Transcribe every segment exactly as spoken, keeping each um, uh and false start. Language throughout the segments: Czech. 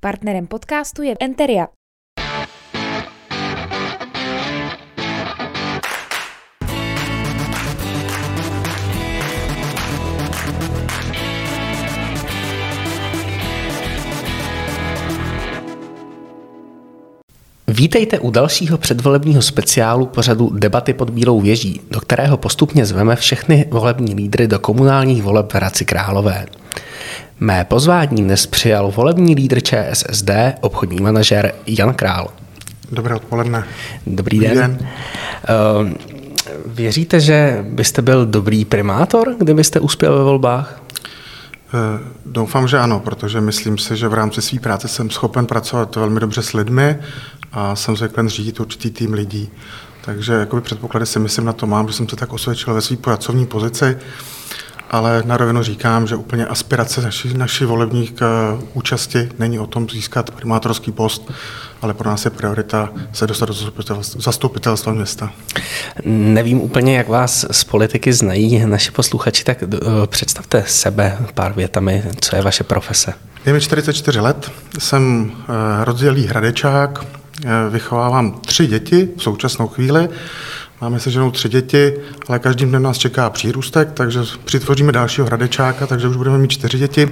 Partnerem podcastu je Enteria. Vítejte u dalšího předvolebního speciálu pořadu Debaty pod Bílou věží, do kterého postupně zveme všechny volební lídry do komunálních voleb v Hradci Králové. Mé pozvání dnes přijal volební lídr ČSSD, obchodní manažer Jan Král. Dobré odpoledne. Dobrý den. den. Uh, věříte, že byste byl dobrý primátor, kdybyste uspěl ve volbách? Doufám, že ano, protože myslím si, že v rámci své práce jsem schopen pracovat velmi dobře s lidmi a jsem zvyklý řídit určitý tým lidí. Takže jakoby předpoklady si myslím na to mám, že jsem se tak osvědčil ve své pracovní pozici, ale na rovinu říkám, že úplně aspirace naší, naší volební k účasti není o tom získat primátorský post, ale pro nás je priorita se dostat do zastupitelstva města. Nevím úplně, jak vás z politiky znají naši posluchači, tak představte sebe pár větami, co je vaše profese. Je mi čtyřicet čtyři let, jsem rozdělý Hradečák, vychovávám tři děti v současnou chvíli. Máme se ženou tři děti, ale každým dnem nás čeká přírůstek, takže přitvoříme dalšího Hradečáka, takže už budeme mít čtyři děti.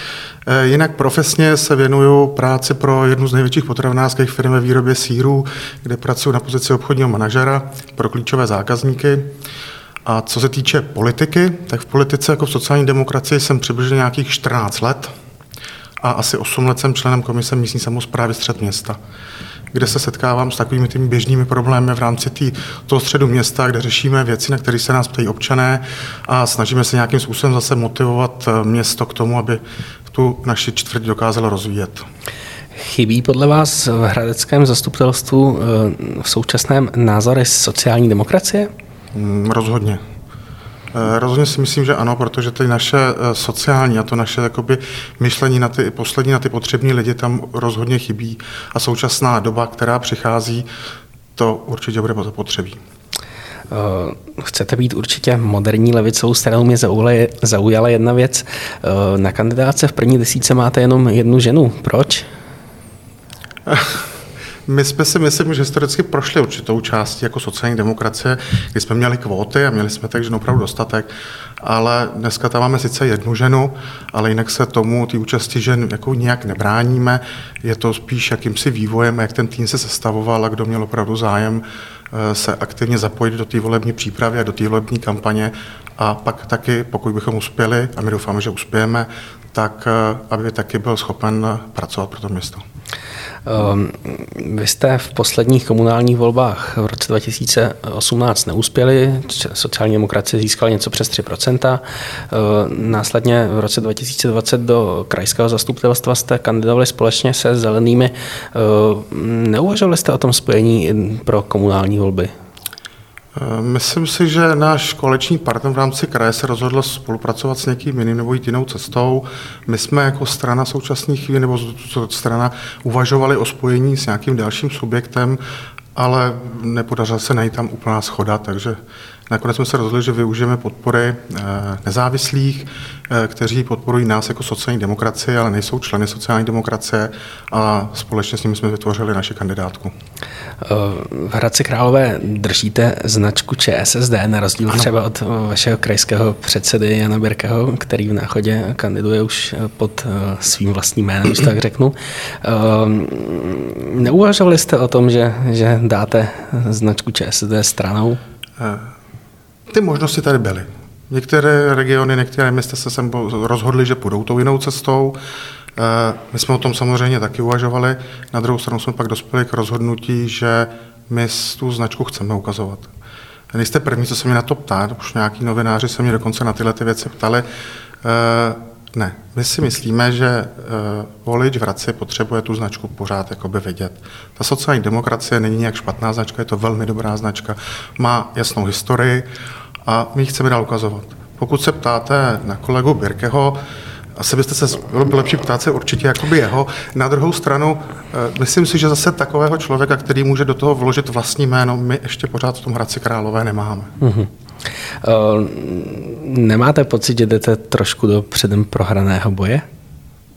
Jinak profesně se věnuju práci pro jednu z největších potravinářských firm ve výrobě sýrů, kde pracuji na pozici obchodního manažera pro klíčové zákazníky. A co se týče politiky, tak v politice jako v sociální demokracii jsem přibližně nějakých čtrnáct let a asi osm let jsem členem komise místní samosprávy Střed města, kde se setkávám s takovými těmi běžnými problémy v rámci tý, toho středu města, kde řešíme věci, na které se nás ptají občané a snažíme se nějakým způsobem zase motivovat město k tomu, aby tu naši čtvrť dokázalo rozvíjet. Chybí podle vás v hradeckém zastupitelstvu v současném názory sociální demokracie? Hmm, rozhodně. Rozhodně si myslím, že ano, protože ty naše sociální a to naše jakoby, myšlení na ty poslední, na ty potřební lidi tam rozhodně chybí a současná doba, která přichází, to určitě bude zapotřebí. Chcete být určitě moderní levicovou stranou, mě zaujala jedna věc. Na kandidátce v první desítce máte jenom jednu ženu. Proč? My jsme si, myslím, že historicky prošli určitou částí jako sociální demokracie, kdy jsme měli kvóty a měli jsme těch žen opravdu dostatek, ale dneska tam máme sice jednu ženu, ale jinak se tomu, ty účasti žen jako nijak nebráníme. Je to spíš jakýmsi vývojem, jak ten tým se sestavoval a kdo měl opravdu zájem se aktivně zapojit do té volební přípravy a do té volební kampaně a pak taky, pokud bychom uspěli, a my doufáme, že uspějeme, tak aby taky byl schopen pracovat pro to město. Vy jste v posledních komunálních volbách v roce dva tisíce osmnáct neuspěli, sociální demokracie získala něco přes tři procenta. Následně v roce dva tisíce dvacet do krajského zastupitelstva jste kandidovali společně se Zelenými. Neuvažovali jste o tom spojení pro komunální volby? Myslím si, že náš koaliční partner v rámci kraje se rozhodl spolupracovat s někým jiným nebo jít jinou cestou. My jsme jako strana současné chvíli nebo strana uvažovali o spojení s nějakým dalším subjektem, ale nepodařilo se najít tam úplná shoda, takže nakonec jsme se rozhodli, že využijeme podpory nezávislých, kteří podporují nás jako sociální demokracie, ale nejsou členy sociální demokracie a společně s nimi jsme vytvořili naši kandidátku. V Hradci Králové držíte značku ČSSD, na rozdíl ano. třeba od vašeho krajského předsedy Jana Birkeho, který v Náchodě kandiduje už pod svým vlastním jménem, už tak řeknu. Neuvažovali jste o tom, že, že dáte značku ČSSD stranou? Ty možnosti tady byly. Některé regiony, některé města se sem rozhodly, že půjdou tou jinou cestou. My jsme o tom samozřejmě taky uvažovali. Na druhou stranu jsme pak dospěli k rozhodnutí, že my tu značku chceme ukazovat. Nejste první, co se mě na to ptá, už nějaký novináři se mě dokonce na tyhle ty věci ptali. Ne, my si myslíme, že volič v Hradci potřebuje tu značku pořád jakoby vidět. Ta sociální demokracie není nějak špatná značka, je to velmi dobrá značka, má jasnou historii a my ji chceme dál ukazovat. Pokud se ptáte na kolegu Birkeho, asi byste se bylo by lepší ptát se určitě jakoby jeho. Na druhou stranu, myslím si, že zase takového člověka, který může do toho vložit vlastní jméno, my ještě pořád v tom Hradci Králové nemáme. Mm-hmm. Uh, nemáte pocit, že jdete trošku do předem prohraného boje?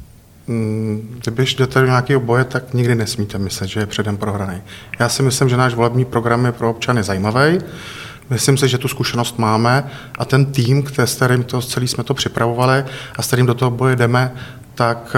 Když jdete do nějakého boje, tak nikdy nesmíte myslet, že je předem prohraný. Já si myslím, že náš volební program je pro občany zajímavý. Myslím si, že tu zkušenost máme a ten tým, který, s kterým to celý jsme to připravovali a s kterým do toho boje jdeme, tak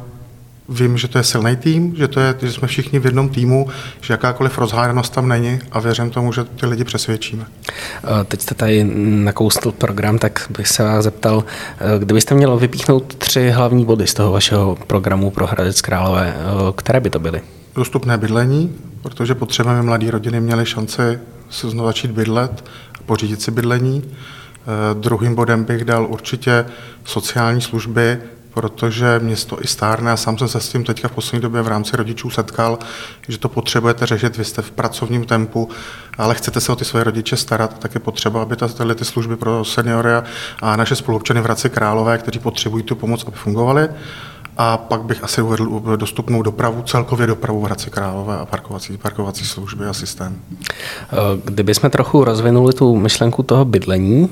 vím, že to je silný tým, že, to je, že jsme všichni v jednom týmu, že jakákoliv rozhádanost tam není a věřím tomu, že ty lidi přesvědčíme. Teď jste tady nakousl program, tak bych se vás zeptal, kdybyste měl vypíchnout tři hlavní body z toho vašeho programu pro Hradec Králové, které by to byly? Dostupné bydlení, protože potřebujeme, mladé rodiny měly šanci se znovu začít bydlet a pořídit si bydlení. Druhým bodem bych dal určitě sociální služby, protože město i stárne a sám jsem se s tím teďka v poslední době v rámci rodičů setkal, že to potřebujete řešit, vy jste v pracovním tempu, ale chcete se o ty své rodiče starat, tak je potřeba, aby tyhle ty služby pro seniory a naše spoluobčany v Hradci Králové, kteří potřebují tu pomoc, aby fungovaly. A pak bych asi uvedl dostupnou dopravu, celkově dopravu v Hradci Králové a parkovací, parkovací služby a systém. Kdybychom trochu rozvinuli tu myšlenku toho bydlení,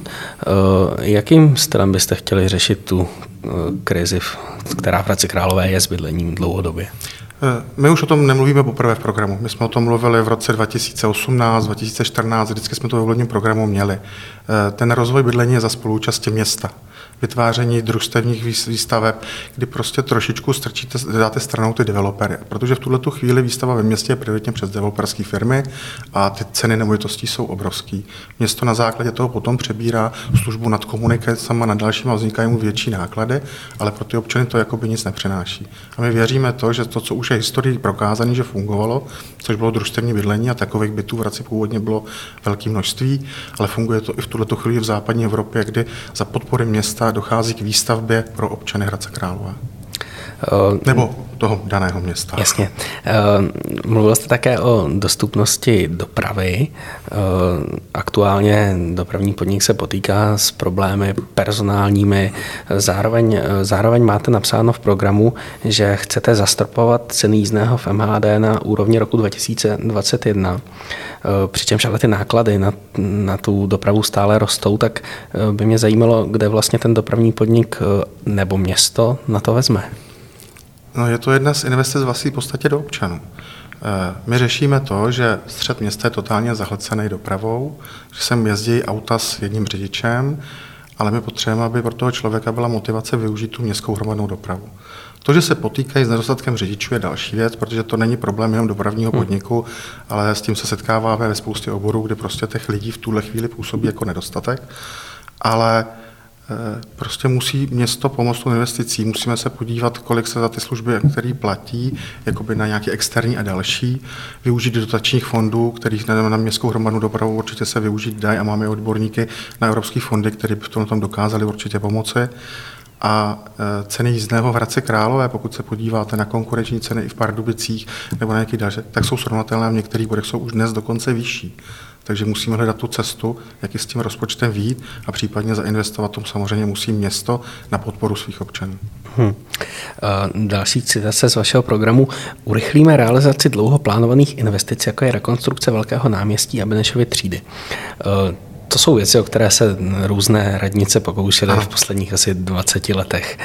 jakým stylem byste chtěli řešit tu krizi, která v Hradci Králové je s bydlením dlouhodobě? My už o tom nemluvíme poprvé v programu. My jsme o tom mluvili v roce dva tisíce osmnáct, dva tisíce čtrnáct, vždycky jsme to ve volebním programu měli. Ten rozvoj bydlení je za spoluúčasti města. Vytváření družstevních výstaveb, kdy prostě trošičku strčíte, dáte stranou ty developery. Protože v tuhletu chvíli výstava ve městě je prioritně přes developerské firmy a ty ceny nemovitostí jsou obrovský. Město na základě toho potom přebírá službu nad komunikacemi, nad dalšíma vznikají mu větší náklady, ale pro ty občany to jakoby nic nepřináší. A my věříme to, že to, co už je historií prokázané, že fungovalo, což bylo družstevní bydlení a takových bytů v Hradci původně bylo velké množství, ale funguje to i v tuhletu chvíli v západní Evropě, kdy za podpory města dochází k výstavbě pro občany Hradce Králové. Uh, Nebo toho daného města. Jasně. Uh, mluvil jste také o dostupnosti dopravy. Uh, aktuálně dopravní podnik se potýká s problémy personálními. Zároveň, zároveň máte napsáno v programu, že chcete zastropovat ceny jízdného v M H D na úrovni roku dva tisíce dvacet jedna. Uh, přičemž ale ty náklady na, na tu dopravu stále rostou, tak uh, by mě zajímalo, kde vlastně ten dopravní podnik uh, nebo město na to vezme. No, je to jedna z investic vlastně v podstatě do občanů. My řešíme to, že střed města je totálně zahlcený dopravou, že sem jezdí auta s jedním řidičem, ale my potřebujeme, aby pro toho člověka byla motivace využít tu městskou hromadnou dopravu. To, že se potýkají s nedostatkem řidičů, je další věc, protože to není problém jenom dopravního podniku, ale s tím se setkáváme ve spoustě oborů, kde prostě těch lidí v tuhle chvíli působí jako nedostatek. Ale prostě musí město pomoct investicí, musíme se podívat, kolik se za ty služby, které platí, jakoby na nějaké externí a další, využít dotačních fondů, kterých na, na městskou hromadnou dopravu určitě se využít dají a máme odborníky na evropské fondy, které by v tom, tom dokázali určitě pomoci. A ceny jízdného v Hradci Králové, pokud se podíváte na konkurenční ceny i v Pardubicích nebo na nějakých další, tak jsou srovnatelné a v některých bodech jsou už dnes dokonce vyšší. Takže musíme hledat tu cestu, jak je s tím rozpočtem vyjít a případně zainvestovat. Tom samozřejmě musí město na podporu svých občanů. Hmm. Další citace z vašeho programu. Urychlíme realizaci dlouho plánovaných investic, jako je rekonstrukce Velkého náměstí a Benešovy třídy. To jsou věci, o které se různé radnice pokoušely v posledních asi dvaceti letech.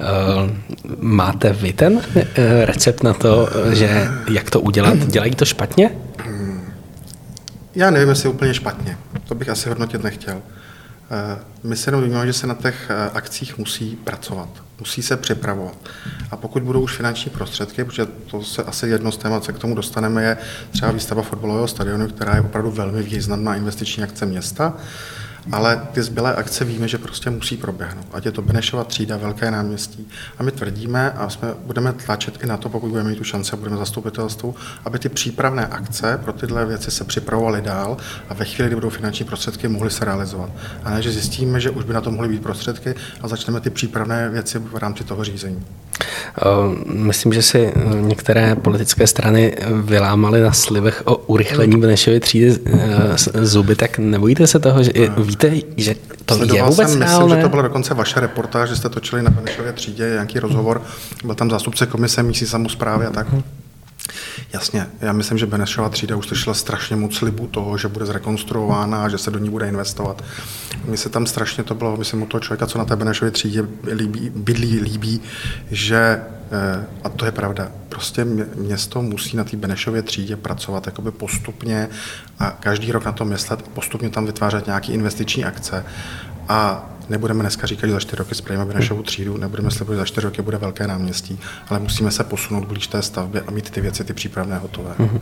Máte vy ten recept na to, že jak to udělat? Dělají to špatně? Já nevím, jestli úplně špatně. To bych asi hodnotit nechtěl. My se jenom vnímáme, že se na těch akcích musí pracovat, musí se připravovat. A pokud budou už finanční prostředky, protože to se asi jedno z témat, se k tomu dostaneme, je třeba výstava fotbalového stadionu, která je opravdu velmi významná investiční akce města, ale ty zbylé akce víme, že prostě musí proběhnout. Ať je to Benešova třída, Velké náměstí. A my tvrdíme a jsme, budeme tlačit i na to, pokud budeme mít tu šanci a budeme zastupitelstvu, aby ty přípravné akce pro tyhle věci se připravovaly dál a ve chvíli, kdy budou finanční prostředky, mohly se realizovat. A ne, že zjistíme, že už by na to mohly být prostředky a začneme ty přípravné věci v rámci toho řízení. Myslím, že si některé politické strany vylámaly na slibech o urychlení Benešovy třídy zuby, tak nebojíte se toho, že víte, že to Sledoval je vůbec jsem, reálné? myslím, že to byla dokonce vaše reportáž, že jste točili na Benešově třídě nějaký rozhovor, byl tam zástupce komise místní samosprávy a tak. Jasně, já myslím, že Benešova třída už slyšela strašně moc slibů toho, že bude zrekonstruována a že se do ní bude investovat. Mně se tam strašně to bylo, myslím, u toho člověka, co na té Benešově třídě líbí, bydlí, líbí, že, a to je pravda, prostě město musí na té Benešově třídě pracovat jakoby postupně a každý rok na to myslet a postupně tam vytvářet nějaké investiční akce. A nebudeme dneska říkat, že za čtyři roky spravíme Benešovu třídu, nebudeme slibovat, že za čtyři roky bude velké náměstí, ale musíme se posunout blíž té stavbě a mít ty věci, ty přípravné hotové. Mm-hmm.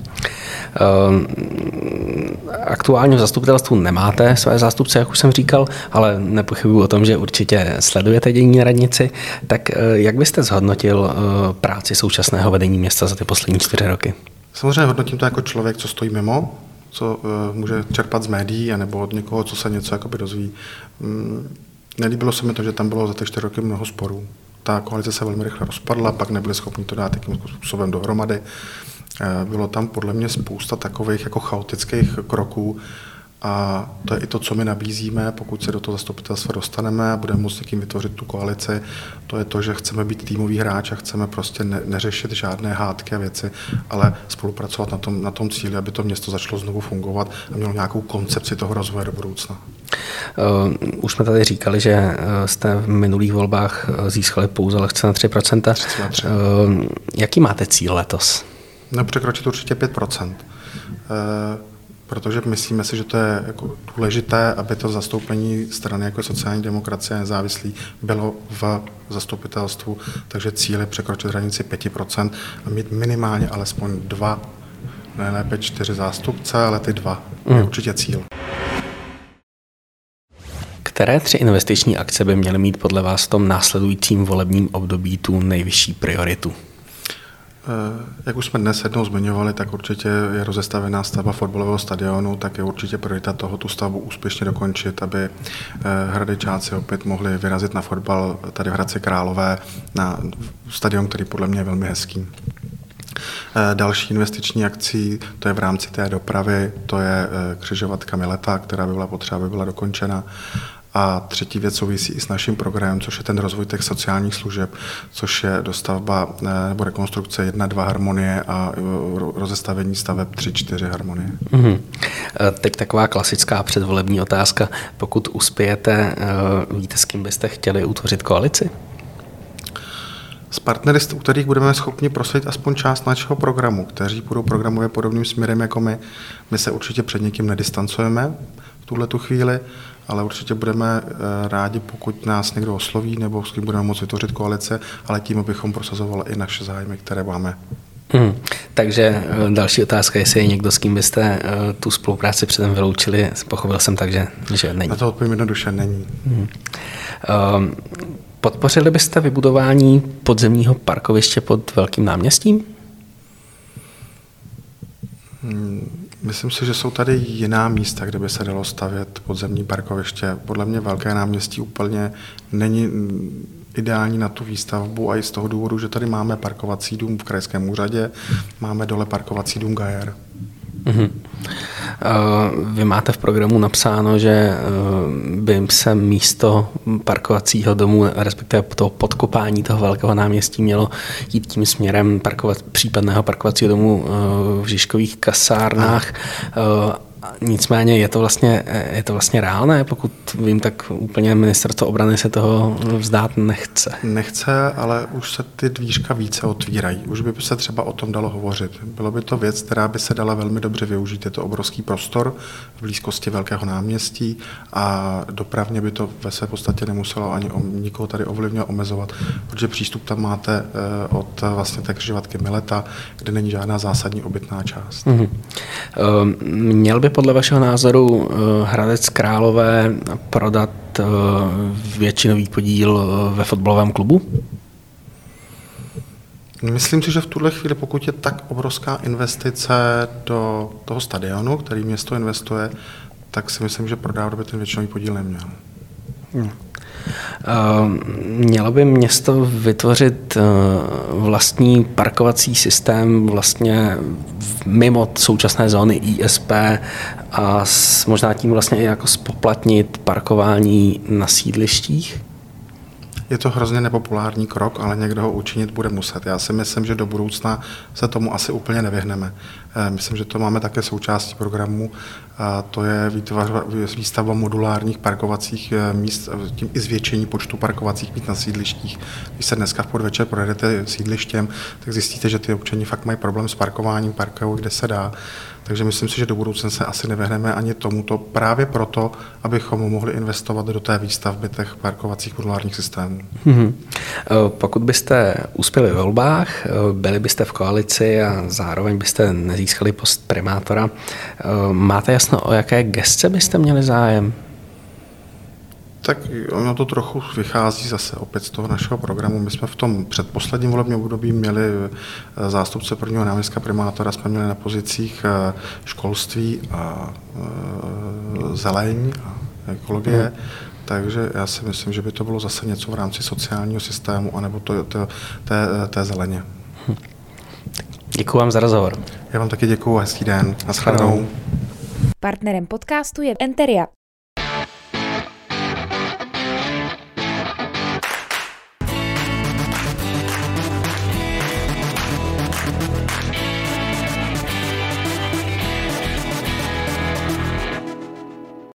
Aktuálně v zastupitelstvu nemáte své zástupce, jak už jsem říkal, ale nepochybuji o tom, že určitě sledujete dění na radnici. Tak jak byste zhodnotil práci současného vedení města za ty poslední čtyři roky? Samozřejmě hodnotím to jako člověk, co stojí mimo, co uh, může čerpat z médií, anebo od někoho, co se něco jakoby dozví. Mm, nelíbilo se mi to, že tam bylo za ty čtyři roky mnoho sporů. Ta koalice se velmi rychle rozpadla, pak nebyli schopni to dát jakým způsobem dohromady. Uh, bylo tam podle mě spousta takových jako chaotických kroků a to je i to, co my nabízíme, pokud se do toho zastupitelstva dostaneme a budeme moct někým vytvořit tu koalici. To je to, že chceme být týmový hráč a chceme prostě ne, neřešit žádné hádky a věci, ale spolupracovat na tom, na tom cíli, aby to město začalo znovu fungovat a mělo nějakou koncepci toho rozvoje do budoucna. Uh, už jsme tady říkali, že jste v minulých volbách získali pouze lehce na tři procenta. tři tři. Uh, jaký máte cíl letos? No, překročit určitě pět procent. Uh, protože myslíme si, že to je jako důležité, aby to zastoupení strany jako sociální demokracie a nezávislí bylo v zastupitelstvu, takže cíl je překročit hranici pět procent a mít minimálně alespoň dva, nejlépe čtyři zástupce, ale ty dva mm. je určitě cíl. Které tři investiční akce by měly mít podle vás v tom následujícím volebním období tu nejvyšší prioritu? Jak už jsme dnes jednou zmiňovali, tak určitě je rozestavěná stavba fotbalového stadionu, tak je určitě priorita toho tu stavbu úspěšně dokončit, aby Hradečáci opět mohli vyrazit na fotbal tady v Hradci Králové, na stadion, který podle mě je velmi hezký. Další investiční akcí, to je v rámci té dopravy, to je křižovatka Mileta, která by byla potřeba, aby byla dokončena. A třetí věc souvisí i s naším programem, což je ten rozvoj těch sociálních služeb, což je dostavba nebo rekonstrukce jedna dva harmonie a rozestavení staveb tři čtyři harmonie. Mm-hmm. Teď taková klasická předvolební otázka. Pokud uspějete, víte, s kým byste chtěli utvořit koalici? S partnery, u kterých budeme schopni prosadit aspoň část našeho programu, kteří budou programově podobným směrem jako my. My se určitě před někým nedistancujeme v tuhletu chvíli, ale určitě budeme rádi, pokud nás někdo osloví nebo s kým budeme moct vytvořit koalice, ale tím, abychom prosazovali i naše zájmy, které máme. Hmm. Takže další otázka, jestli je někdo, s kým byste tu spolupráci předem vyloučili, pochopil jsem tak, že, že není. Na to odpovím jednoduše, není. Hmm. Um, podpořili byste vybudování podzemního parkoviště pod Velkým náměstím? Hmm. Myslím si, že jsou tady jiná místa, kde by se dalo stavět podzemní parkoviště. Podle mě Velké náměstí úplně není ideální na tu výstavbu a i z toho důvodu, že tady máme parkovací dům v krajském úřadě, máme dole parkovací dům Gajer. Mm-hmm. Vy máte v programu napsáno, že by se místo parkovacího domu, respektive toho podkopání toho Velkého náměstí, mělo jít tím směrem parkovat, případného parkovacího domu v Žižkových kasárnách. A. Nicméně je to vlastně, je to vlastně reálné, pokud vím, tak úplně ministerstvo obrany se toho vzdát nechce. Nechce, ale už se ty dvířka více otvírají. Už by se třeba o tom dalo hovořit. Bylo by to věc, která by se dala velmi dobře využít. Je to obrovský prostor v blízkosti Velkého náměstí a dopravně by to ve své podstatě nemuselo ani nikoho tady ovlivňovat, omezovat, protože přístup tam máte od vlastně té křižovatky Mileta, kde není žádná zásadní obytná část. Mm-hmm. Měl by podle vašeho názoru Hradec Králové prodat většinový podíl ve fotbalovém klubu? Myslím si, že v tuhle chvíli, pokud je tak obrovská investice do toho stadionu, který město investuje, tak si myslím, že prodávat by ten většinový podíl neměl. Hmm. Mělo by město vytvořit vlastní parkovací systém vlastně mimo současné zóny I S P a možná tím vlastně i jako spoplatnit parkování na sídlištích? Je to hrozně nepopulární krok, ale někdo ho učinit bude muset. Já si myslím, že do budoucna se tomu asi úplně nevyhneme. Myslím, že to máme také součástí programu, a to je výstavba modulárních parkovacích míst, tím i zvětšení počtu parkovacích míst na sídlištích. Když se dneska v podvečer projedete sídlištěm, tak zjistíte, že ty občani fakt mají problém s parkováním, parkují, kde se dá. Takže myslím si, že do budoucna se asi nevyhneme ani tomuto, právě proto, abychom mohli investovat do té výstavby těch parkovacích modulárních systémů. Hmm. Pokud byste uspěli ve volbách, byli byste v koalici a zároveň byste nezískali post primátora, máte jasno, o jaké gesce byste měli zájem? Tak ono to trochu vychází zase opět z toho našeho programu. My jsme v tom předposledním volebním období měli zástupce prvního náměstka primátora, jsme měli na pozicích školství a zeleň a ekologie. Hmm. Takže já si myslím, že by to bylo zase něco v rámci sociálního systému anebo to, to, té, té zeleně. Hm. Děkuji vám za rozhovor. Já vám taky děkuji, hezký den. Naschledanou. Partnerem podcastu je Enteria.